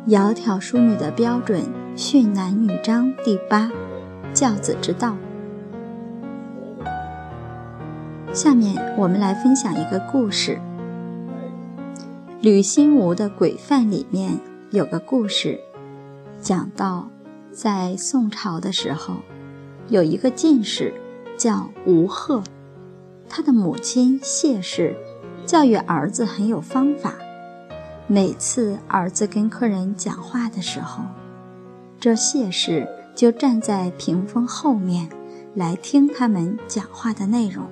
窈窕淑女的标准，训男女章第8，教子之道。下面我们来分享一个故事。吕新吴的鬼范里面有个故事，讲到在宋朝的时候，有一个进士叫吴贺，他的母亲谢氏教育儿子很有方法，每次儿子跟客人讲话的时候，这谢氏就站在屏风后面来听他们讲话的内容。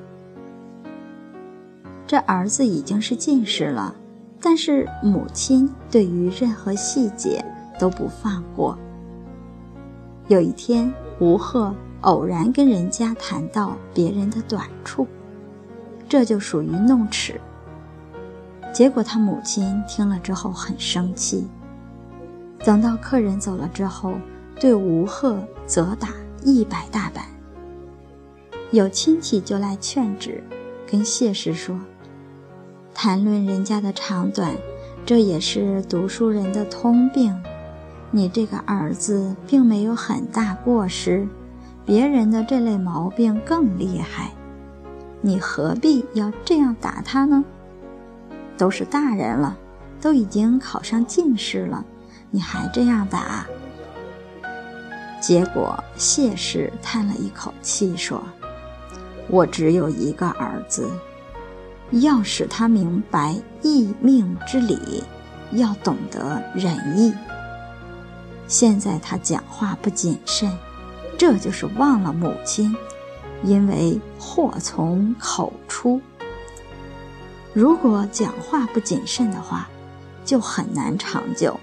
这儿子已经是进士了，但是母亲对于任何细节都不放过。有一天，吴贺偶然跟人家谈到别人的短处，这就属于弄齿。结果他母亲听了之后很生气，等到客人走了之后，对吴贺责打100大板。有亲戚就来劝止，跟谢氏说，谈论人家的长短，这也是读书人的通病。你这个儿子并没有很大过失，别人的这类毛病更厉害，你何必要这样打他呢？都是大人了，都已经考上进士了，你还这样打？结果谢氏叹了一口气说，我只有一个儿子，要使他明白义命之理，要懂得仁义。现在他讲话不谨慎，这就是忘了母亲，因为祸从口出。如果讲话不谨慎的话，就很难长久。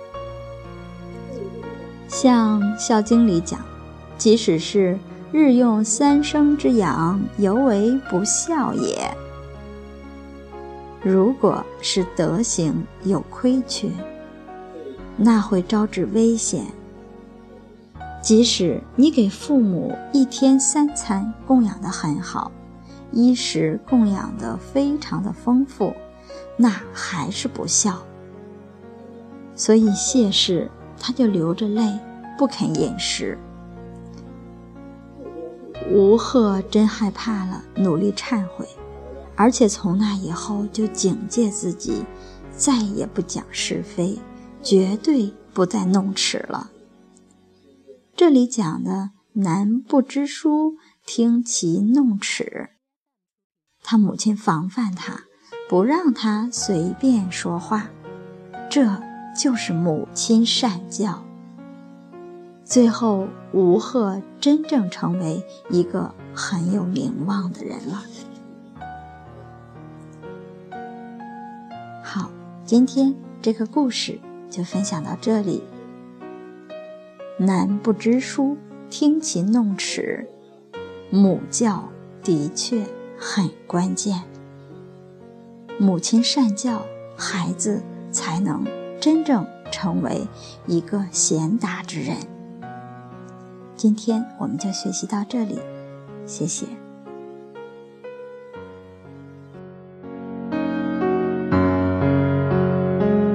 像《孝经》里讲，即使是日用3升之阳，犹为不孝也。如果是德行有亏缺，那会招致危险。即使你给父母1天3餐供养得很好，衣食供养得非常的丰富，那还是不孝。所以谢氏他就流着泪不肯饮食。吴贺真害怕了，努力忏悔，而且从那以后就警戒自己，再也不讲是非，绝对不再弄齿了。这里讲的男不知书，听其弄齿，他母亲防范他，不让他随便说话，这就是母亲善教。最后吴贺真正成为一个很有名望的人了。好，今天这个故事就分享到这里。男不知书，听其弄齿，母教的确很关键。母亲善教，孩子才能真正成为一个贤达之人。今天我们就学习到这里，谢谢。